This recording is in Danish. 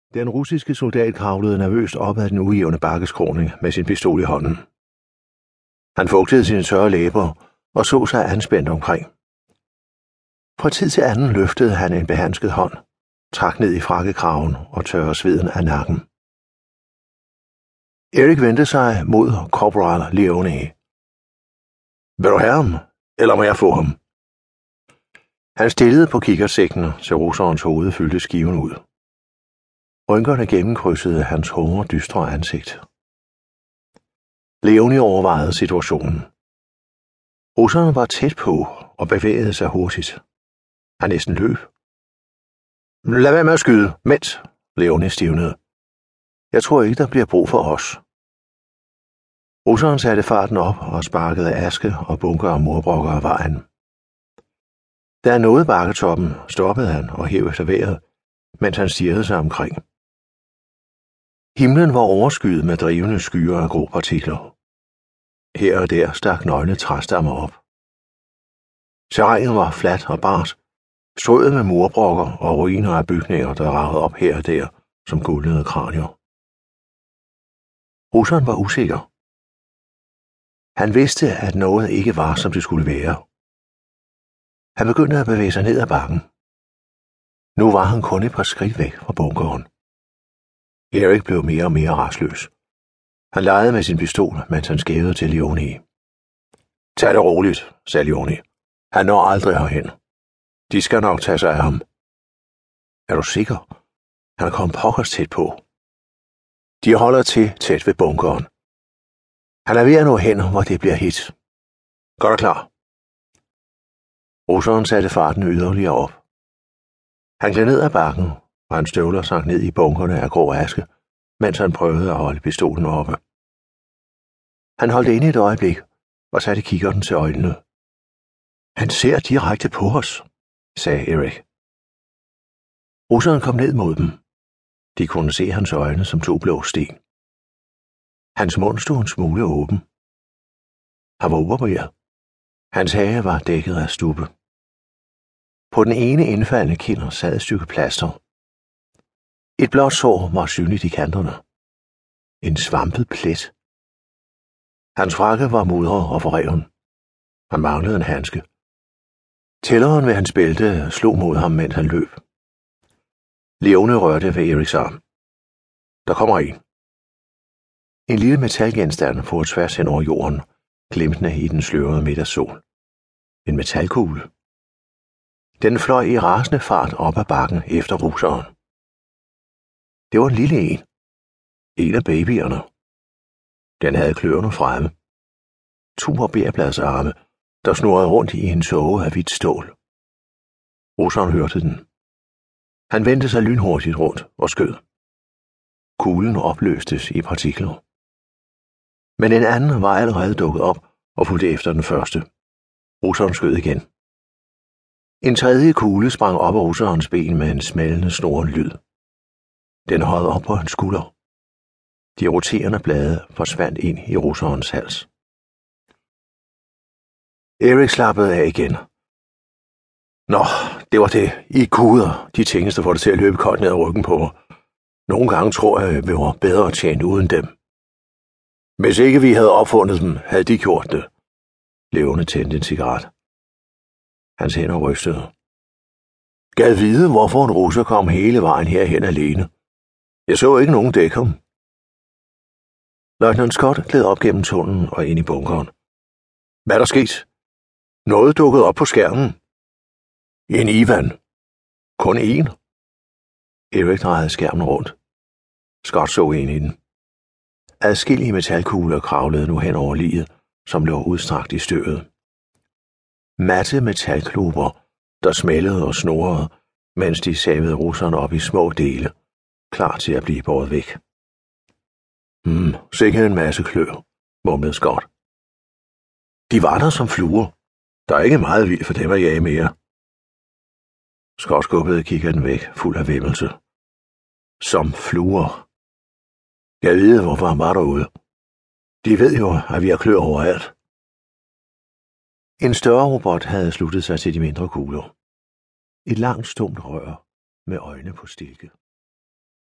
Den russiske soldat kravlede nervøst op ad den ujævne bakkeskråning med sin pistol i hånden. Han fugtede sine tørre læber og så sig anspændt omkring. Fra tid til anden løftede han en behandsket hånd, trak ned i frakkekraven og tørrede sveden af nakken. Erik vendte sig mod korporal Leone. Vil du have ham, eller må jeg få ham? Han stillede på kikkertsækken, så russerens hoved fyldte skiven ud. Rynkerne gennemkrydsede hans hårde, dystre ansigt. Leone overvejede situationen. Russerne var tæt på og bevægede sig hurtigt. Han næsten løb. Lad være med at skyde, mens Leone stivnede. Jeg tror ikke, der bliver brug for os. Russeren satte farten op og sparkede aske og bunker og murbrokker af vejen. Da han nåede bakketoppen, stoppede han og hev efter vejret, mens han stirrede sig omkring. Himlen var overskyet med drivende skyer af grå partikler. Her og der stak nøgne træstammer op. Terrænet var fladt og bart, strøet med murbrokker og ruiner af bygninger, der ragede op her og der som guldede kranier. Russeren var usikker. Han vidste, at noget ikke var, som det skulle være. Han begyndte at bevæge sig ned ad bakken. Nu var han kun et par skridt væk fra bunkeren. Erik blev mere og mere rastløs. Han legede med sin pistol, mens han skævede til Leone. Tag det roligt, sagde Leone. Han når aldrig herhen. De skal nok tage sig af ham. Er du sikker? Han er kommet pokkers tæt på. De holder til tæt ved bunkeren. Han er ved at nå hen, hvor det bliver hit. Godt og klar. Russeren satte farten yderligere op. Han gled ned ad bakken, og hans støvler sank ned i bunkerne af grå aske, mens han prøvede at holde pistolen oppe. Han holdt inde et øjeblik og satte kikkerten til øjnene. Han ser direkte på os, sagde Erik. Russeren kom ned mod dem. De kunne se hans øjne som to blå sten. Hans mund stod en smule åben. Han var ubarberet. Hans hage var dækket af stubbe. På den ene indfaldende kinder sad et stykke plaster. Et blåt sår var synligt i kanterne. En svampet plet. Hans frakke var mudret og forreven. Han manglede en handske. Tælleren ved hans bælte slog mod ham, mens han løb. Leone rørte ved Eriks arm. Der kommer en. En lille metalgenstand for tværs hen over jorden, glimtende i den slørede middagssol. En metalkugle. Den fløj i rasende fart op ad bakken efter russeren. Det var en lille en. En af babyerne. Den havde kløerne fremme. 2 barberbladsarme, der snurrede rundt i en tåge af hvidt stål. Russeren hørte den. Han vendte sig lynhurtigt rundt og skød. Kuglen opløstes i partikler. Men en anden var allerede dukket op og fulgte efter den første. Russeren skød igen. En tredje kugle sprang op af russerens ben med en smældende snorende lyd. Den højede op på hans skulder. De roterende blade forsvandt ind i russerens hals. Erik slappede af igen. Nå, det var det. I guder, de tingeste får det til at løbe koldt ned ad ryggen på mig. Nogle gange tror jeg, vi var bedre tjent uden dem. Hvis ikke vi havde opfundet dem, havde de gjort det. Leone tændte en cigaret. Hans hænder rystede. Gad vide, hvorfor en russer kom hele vejen herhen alene. Jeg så ikke nogen dække ham. Løjtnant Scott gled op gennem tunnelen og ind i bunkeren. Hvad er der sket? Noget dukkede op på skærmen. En Ivan. Kun én. Erik drejede skærmen rundt. Scott så ind i den. Adskillige metalkugler kravlede nu hen over liget, som lå udstrakt i støvet. Matte metalkluber, der smældede og snurrede, mens de savede russerne op i små dele, klar til at blive båret væk. Sikkert en masse klør, mumlede Scott. De var der som fluer. Der er ikke meget vildt for dem at jage mere. Scott skubbede kikkerten væk, fuld af væmmelse. Som fluer. Jeg ved, hvorfor han var derude. De ved jo, at vi har klør overalt. En større robot havde sluttet sig til de mindre kugler. Et langt stumt rør med øjne på stilke.